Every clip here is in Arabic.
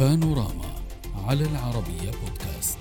بانوراما على العربية بودكاست.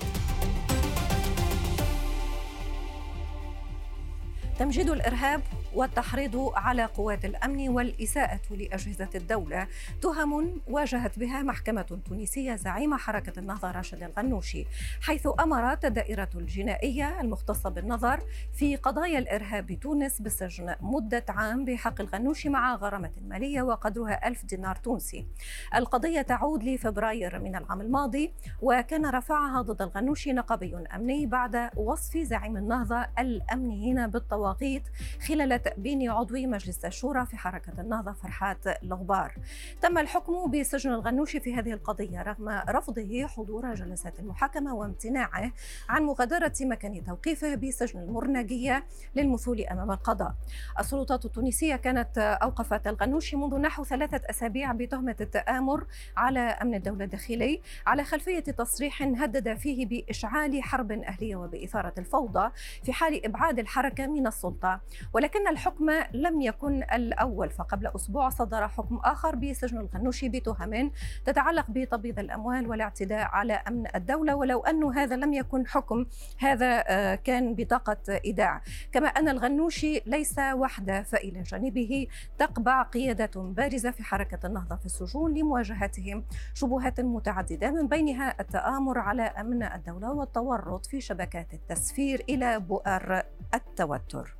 تمجيد الإرهاب والتحريض على قوات الأمن والإساءة لأجهزة الدولة تهم واجهت بها محكمة تونسية زعيم حركة النهضة راشد الغنوشي، حيث أمرت الدائرة الجنائية المختصة بالنظر في قضايا الإرهاب بتونس بالسجن مدة عام بحق الغنوشي مع غرامة مالية وقدرها 1000 دينار تونسي. القضية تعود لفبراير من العام الماضي، وكان رفعها ضد الغنوشي نقابي أمني بعد وصف زعيم النهضة الأمنيين بالطواغيت خلال تأبين عضو مجلس الشورى في حركة النهضة فرحات الغبار. تم الحكم بسجن الغنوشي في هذه القضية رغم رفضه حضور جلسات المحاكمة وامتناعه عن مغادرة مكان توقيفه بسجن المرنجية للمثول أمام القضاء. السلطات التونسية كانت أوقفت الغنوشي منذ نحو 3 أسابيع بتهمة التآمر على أمن الدولة الداخلي على خلفية تصريح هدد فيه بإشعال حرب أهلية وبإثارة الفوضى في حال إبعاد الحركة من السلطة. ولكن الحكم لم يكن الأول، فقبل أسبوع صدر حكم آخر بسجن الغنوشي بتهم تتعلق بتبييض الأموال والاعتداء على أمن الدولة، ولو أن هذا لم يكن حكم، هذا كان بطاقة إيداع. كما أن الغنوشي ليس وحده، فإلى جانبه تقبع قيادة بارزة في حركة النهضة في السجون لمواجهتهم شبهات متعددة، من بينها التآمر على أمن الدولة والتورط في شبكات التسفير إلى بؤر التوتر.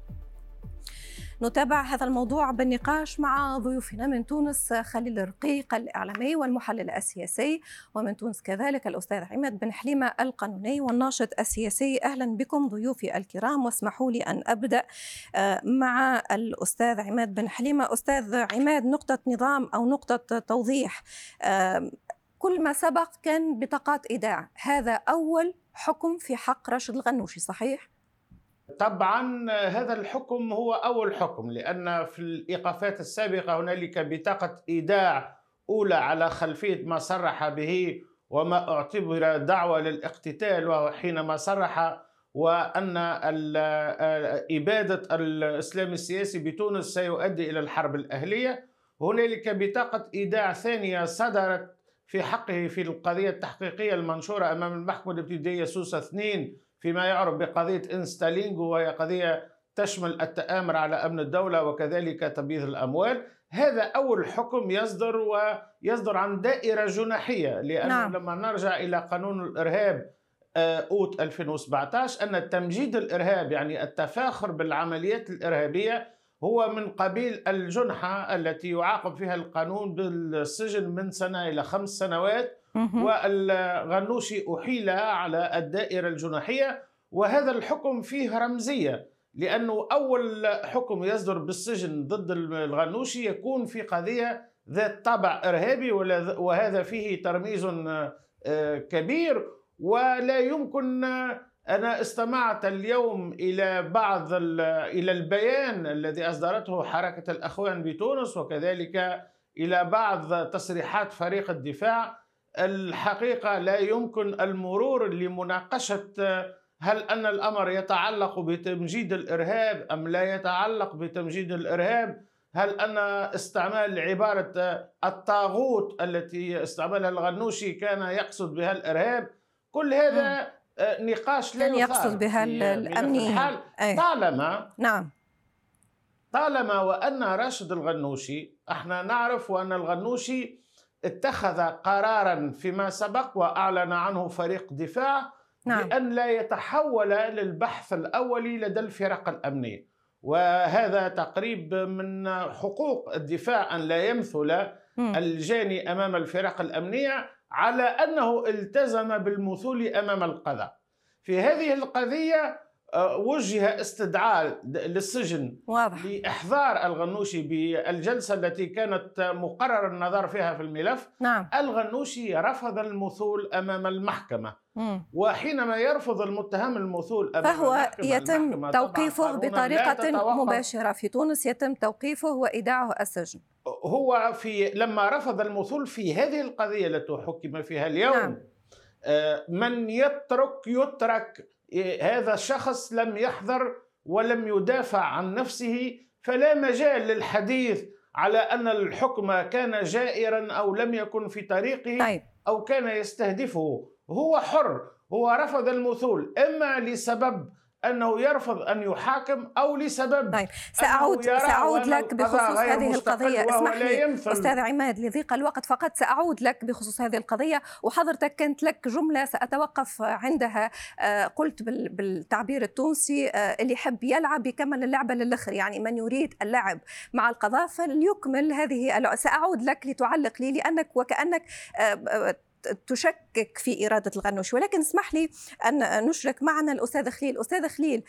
نتابع هذا الموضوع بالنقاش مع ضيوفنا من تونس خليل الرقيق الإعلامي والمحلل السياسي، ومن تونس كذلك الأستاذ عماد بن حليمة القانوني والناشط السياسي. أهلا بكم ضيوفي الكرام، واسمحوا لي أن أبدأ مع الأستاذ عماد بن حليمة. أستاذ عماد، نقطة نظام أو نقطة توضيح، كل ما سبق كان بطاقات إيداع، هذا أول حكم في حق راشد الغنوشي، صحيح؟ طبعا هذا الحكم هو أول حكم، لأن في الإيقافات السابقة هنالك بطاقة إيداع أولى على خلفية ما صرح به وما اعتبر دعوة للاقتتال، وهو حينما صرح وأن إبادة الإسلام السياسي بتونس سيؤدي إلى الحرب الأهلية. هنالك بطاقة إيداع ثانية صدرت في حقه في القضية التحقيقية المنشورة أمام المحكمة الابتدائية سوسة 2 فيما يعرف بقضية إنستالينغو، وهي قضية تشمل التآمر على أمن الدولة وكذلك تبييض الأموال. هذا أول حكم يصدر عن دائرة جناحية، لأنه لما نرجع إلى قانون الإرهاب أوت 2017 أن تمجيد الإرهاب يعني التفاخر بالعمليات الإرهابية هو من قبيل الجنحة التي يعاقب فيها القانون بالسجن من 1 إلى 5 سنوات، والغنوشي أحيل على الدائرة الجناحية. وهذا الحكم فيه رمزية، لأنه أول حكم يصدر بالسجن ضد الغنوشي يكون في قضية ذات طابع إرهابي، وهذا فيه ترميز كبير. ولا يمكن، أنا استمعت اليوم إلى البيان الذي أصدرته حركة الأخوان بتونس وكذلك إلى بعض تصريحات فريق الدفاع. الحقيقة لا يمكن المرور لمناقشة هل أن الأمر يتعلق بتمجيد الإرهاب أم لا يتعلق بتمجيد الإرهاب، هل أن استعمال عبارة الطاغوت التي استعملها الغنوشي كان يقصد بها الإرهاب. كل هذا نقاش لا يقصد بها الأمني طالما وأن راشد الغنوشي، احنا نعرف وأن الغنوشي اتخذ قراراً فيما سبق وأعلن عنه فريق دفاع بأن لا يتحول للبحث الأولي لدى الفرق الأمنية، وهذا تقريب من حقوق الدفاع أن لا يمثل الجاني أمام الفرق الأمنية، على أنه التزم بالمثول أمام القضاء. في هذه القضية وجه استدعاء للسجن لإحضار الغنوشي بالجلسة التي كانت مقرر النظر فيها في الملف. الغنوشي رفض المثول أمام المحكمة، وحينما يرفض المتهم المثول أمام فهو المحكمة يتم توقيفه بطريقة مباشرة في تونس، يتم توقيفه وإيداعه السجن. هو لما رفض المثول في هذه القضية التي حكم فيها اليوم، من يترك هذا الشخص لم يحضر ولم يدافع عن نفسه، فلا مجال للحديث على أن الحكم كان جائرا أو لم يكن في طريقه. أو كان يستهدفه، هو حر. هو رفض المثول إما لسبب أنه يرفض أن يحاكم أو لسبب طيب سأعود لك بخصوص هذه القضية. اسمح لي أستاذ عماد لضيق الوقت فقط سأعود لك بخصوص هذه القضية، وحضرتك كانت لك جملة سأتوقف عندها. قلت بالتعبير التونسي اللي يحب يلعب يكمل اللعبة للآخر، يعني من يريد اللعب مع القضاء فليكمل هذه. سأعود لك لتعلق لي لأنك وكأنك تشكك في إرادة الغنوشي، ولكن اسمح لي أن نشرك معنا الأستاذ خليل. أستاذ خليل،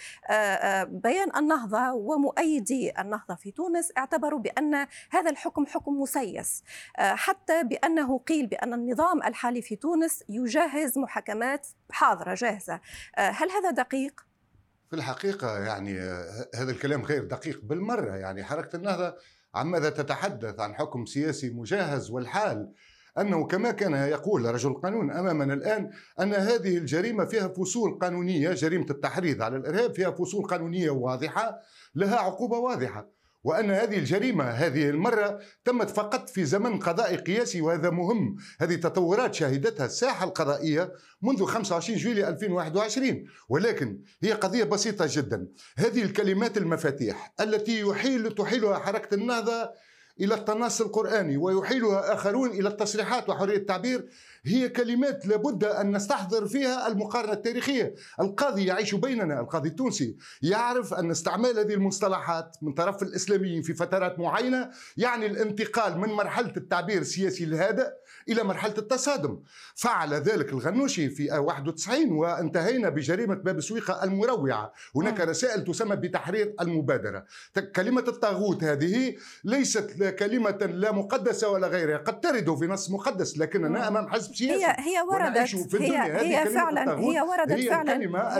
بيان النهضة ومؤيدي النهضة في تونس اعتبروا بأن هذا الحكم حكم مسيس، حتى بأنه قيل بأن النظام الحالي في تونس يجهز محاكمات حاضرة جاهزة. هل هذا دقيق؟ في الحقيقة يعني هذا الكلام غير دقيق بالمرة. يعني حركة النهضة عماذا تتحدث عن حكم سياسي مجهز، والحال أنه كما كان يقول رجل القانون أمامنا الآن أن هذه الجريمة فيها فصول قانونية، جريمة التحريض على الإرهاب فيها فصول قانونية واضحة لها عقوبة واضحة، وأن هذه الجريمة هذه المرة تمت فقط في زمن قضائي قياسي، وهذا مهم. هذه تطورات شهدتها الساحة القضائية منذ 25 جويلية 2021، ولكن هي قضية بسيطة جدا. هذه الكلمات المفاتيح التي تحيلها حركة النهضة إلى التنص القرآني ويحيلها آخرون إلى التصريحات وحرية التعبير هي كلمات لابد أن نستحضر فيها المقارنة التاريخية. القاضي يعيش بيننا، القاضي التونسي يعرف أن استعمال هذه المصطلحات من طرف الإسلاميين في فترات معينة يعني الانتقال من مرحلة التعبير السياسي الهادئ إلى مرحلة التصادم. فعل ذلك الغنوشي في 91 وانتهينا بجريمة باب سويقة المروعة. هناك رسائل تسمى بتحرير المبادرة. كلمة الطاغوت هذه ليست كلمة لا مقدسة ولا غيرها، قد ترد في نص مقدس لكننا أمام حزب سياسي. هي وردت، هي فعلا هي وردت فعلا،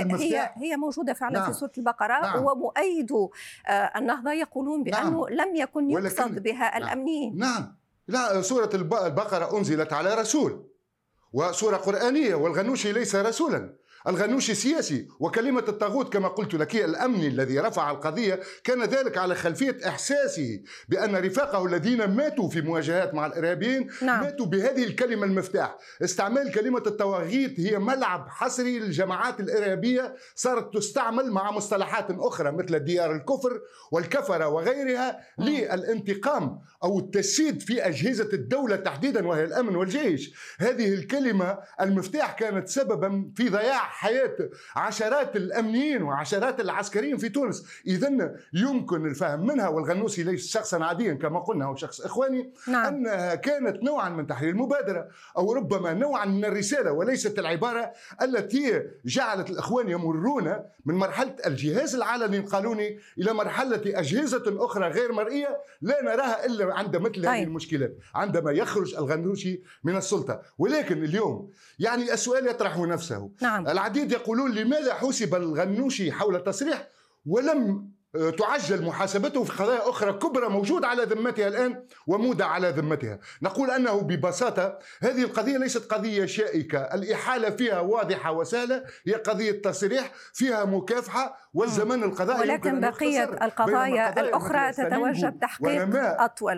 هي موجودة فعلا. نعم. في سورة البقرة. نعم. ومؤيدو النهضة يقولون بأنه نعم. لم يكن يقصد بها الأمنيين. نعم، لا، سورة البقرة أنزلت على رسول وسورة قرآنية، والغنوشي ليس رسولا، الغنوشي سياسي. وكلمة الطاغوت كما قلت لك الأمني الذي رفع القضية كان ذلك على خلفية إحساسه بأن رفاقه الذين ماتوا في مواجهات مع الإرهابيين نعم. ماتوا بهذه الكلمة المفتاح. استعمال كلمة الطواغيت هي ملعب حصري للجماعات الإرهابية صارت تستعمل مع مصطلحات أخرى مثل ديار الكفر والكفرة وغيرها للانتقام أو التسييد في أجهزة الدولة تحديدا وهي الأمن والجيش. هذه الكلمة المفتاح كانت سببا في ضياع حياة عشرات الأمنيين وعشرات العسكريين في تونس. إذن يمكن الفهم منها، والغنوشي ليس شخصا عاديا كما قلنا هو شخص إخواني نعم. أنها كانت نوعا من تحرير المبادرة أو ربما نوعا من الرسالة، وليست العبارة التي جعلت الإخوان يمرون من مرحلة الجهاز العلني القانوني إلى مرحلة أجهزة أخرى غير مرئية لا نراها إلا عند مثل هذه المشكلات عندما يخرج الغنوشي من السلطة. ولكن اليوم يعني السؤال يطرح نفسه نعم. العديد يقولون لماذا حسب الغنوشي حول التصريح ولم تعجل محاسبته في قضايا أخرى كبرى موجود على ذمتها الآن ومودع على ذمتها. نقول أنه ببساطة هذه القضية ليست قضية شائكة، الإحالة فيها واضحة وسهلة، هي قضية تصريح فيها مكافحة والزمن القضائي، ولكن بقية القضايا الأخرى تتوجب تحقيق أطول.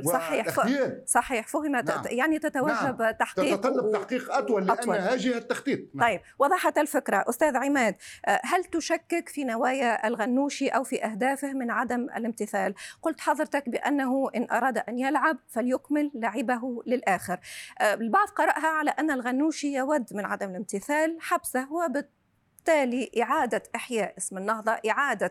صحيح فهمت نعم. يعني تتوجب نعم. تحقيق تتطلب تحقيق أطول لأنها جهة التخطيط نعم. طيب وضحت الفكرة. أستاذ عماد، هل تشكك في نوايا الغنوشي أو في أهدافه من عدم الامتثال؟ قلت حضرتك بأنه إن أراد أن يلعب فليكمل لعبه للآخر. البعض قرأها على أن الغنوشي يود من عدم الامتثال حبسه وبالتالي إعادة إحياء اسم النهضة، إعادة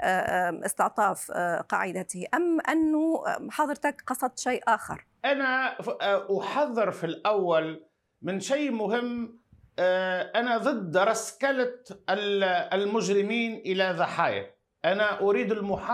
استعطاف قاعدته، أم أنه حضرتك قصدت شيء آخر؟ أنا أحذر في الأول من شيء مهم. أنا ضد رسكلة المجرمين إلى ضحايا. أنا أريد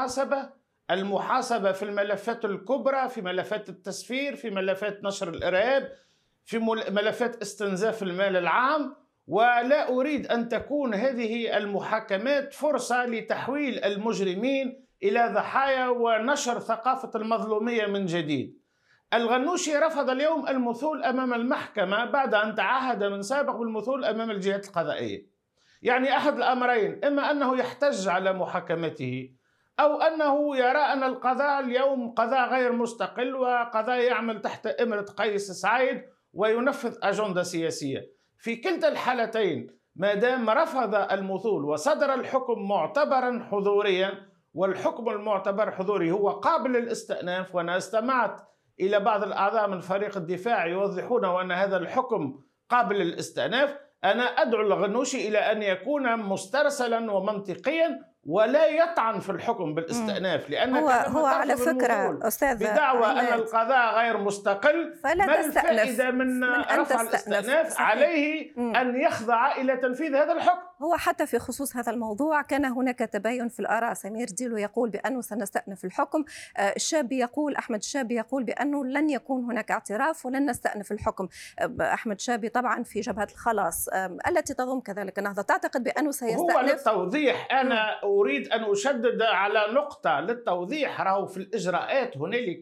المحاسبة في الملفات الكبرى، في ملفات التسفير، في ملفات نشر الإرهاب، في ملفات استنزاف المال العام، ولا أريد أن تكون هذه المحاكمات فرصة لتحويل المجرمين إلى ضحايا ونشر ثقافة المظلومية من جديد. الغنوشي رفض اليوم المثول أمام المحكمة بعد أن تعهد من سابق بالمثول أمام الجهات القضائية. يعني أحد الأمرين، إما أنه يحتج على محاكمته أو أنه يرى أن القضاء اليوم قضاء غير مستقل وقضاء يعمل تحت إمرة قيس سعيد وينفذ أجندة سياسية. في كلتا الحالتين ما دام رفض المثول وصدر الحكم معتبرا حضوريا، والحكم المعتبر حضوري هو قابل للاستئناف، وأنا استمعت إلى بعض الأعضاء من فريق الدفاع يوضحون أن هذا الحكم قابل للاستئناف، أنا أدعو الغنوشي إلى أن يكون مسترسلا ومنطقيا ولا يطعن في الحكم بالاستئناف، لأن هو على فكرة أستاذ بدعوى أن القضاء غير مستقل، ما الفائدة من رفع الاستئناف؟ عليه أن يخضع إلى تنفيذ هذا الحكم. هو حتى في خصوص هذا الموضوع كان هناك تباين في الآراء، سمير ديلو يقول بأنه سنستأنف الحكم، الشابي يقول، أحمد الشابي يقول بأنه لن يكون هناك اعتراف ولن نستأنف الحكم. أحمد الشابي طبعا في جبهة الخلاص التي تضم كذلك النهضة، تعتقد بأنه سيستأنف؟ هو للتوضيح أنا أريد أن أشدد على نقطة للتوضيح، راهو في الإجراءات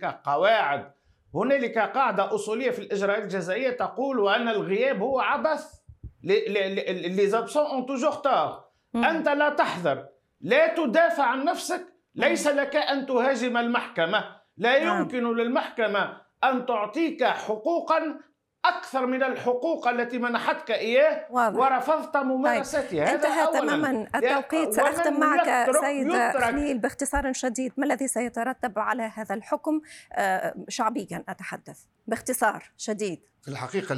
هنالك قاعدة أصولية في الإجراءات الجزائية تقول أن الغياب هو عبث. les absents ont toujours tort. أنت لا تحذر، لا تدافع عن نفسك، ليس لك أن تهاجم المحكمة، لا يمكن للمحكمة أن تعطيك حقوقا أكثر من الحقوق التي منحتك إياه ورفضت ممارستها. طيب. انتهى تماما التوقيت، سأختم معك سيد خليل باختصار شديد، ما الذي سيترتب على هذا الحكم شعبيا أتحدث باختصار شديد؟ في الحقيقة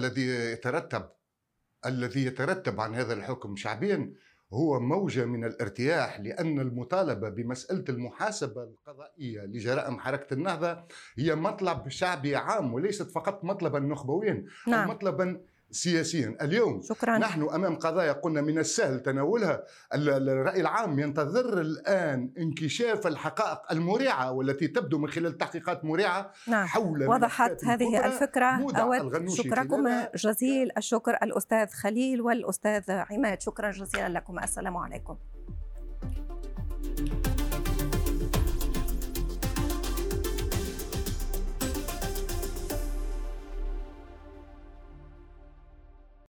الذي يترتب عن هذا الحكم شعبيا هو موجة من الارتياح، لأن المطالبة بمسألة المحاسبة القضائية لجرائم حركة النهضة هي مطلب شعبي عام وليست فقط مطلبا نخبويا أو مطلبا سياسيا. اليوم نحن أمام قضايا قلنا من السهل تناولها، الرأي العام ينتظر الآن انكشاف الحقائق المريعة والتي تبدو من خلال تحقيقات مريعة حول وضحت هذه الفكرة. أود شكركم جزيل الشكر الأستاذ خليل والأستاذ عماد، شكرا جزيلا لكم، السلام عليكم.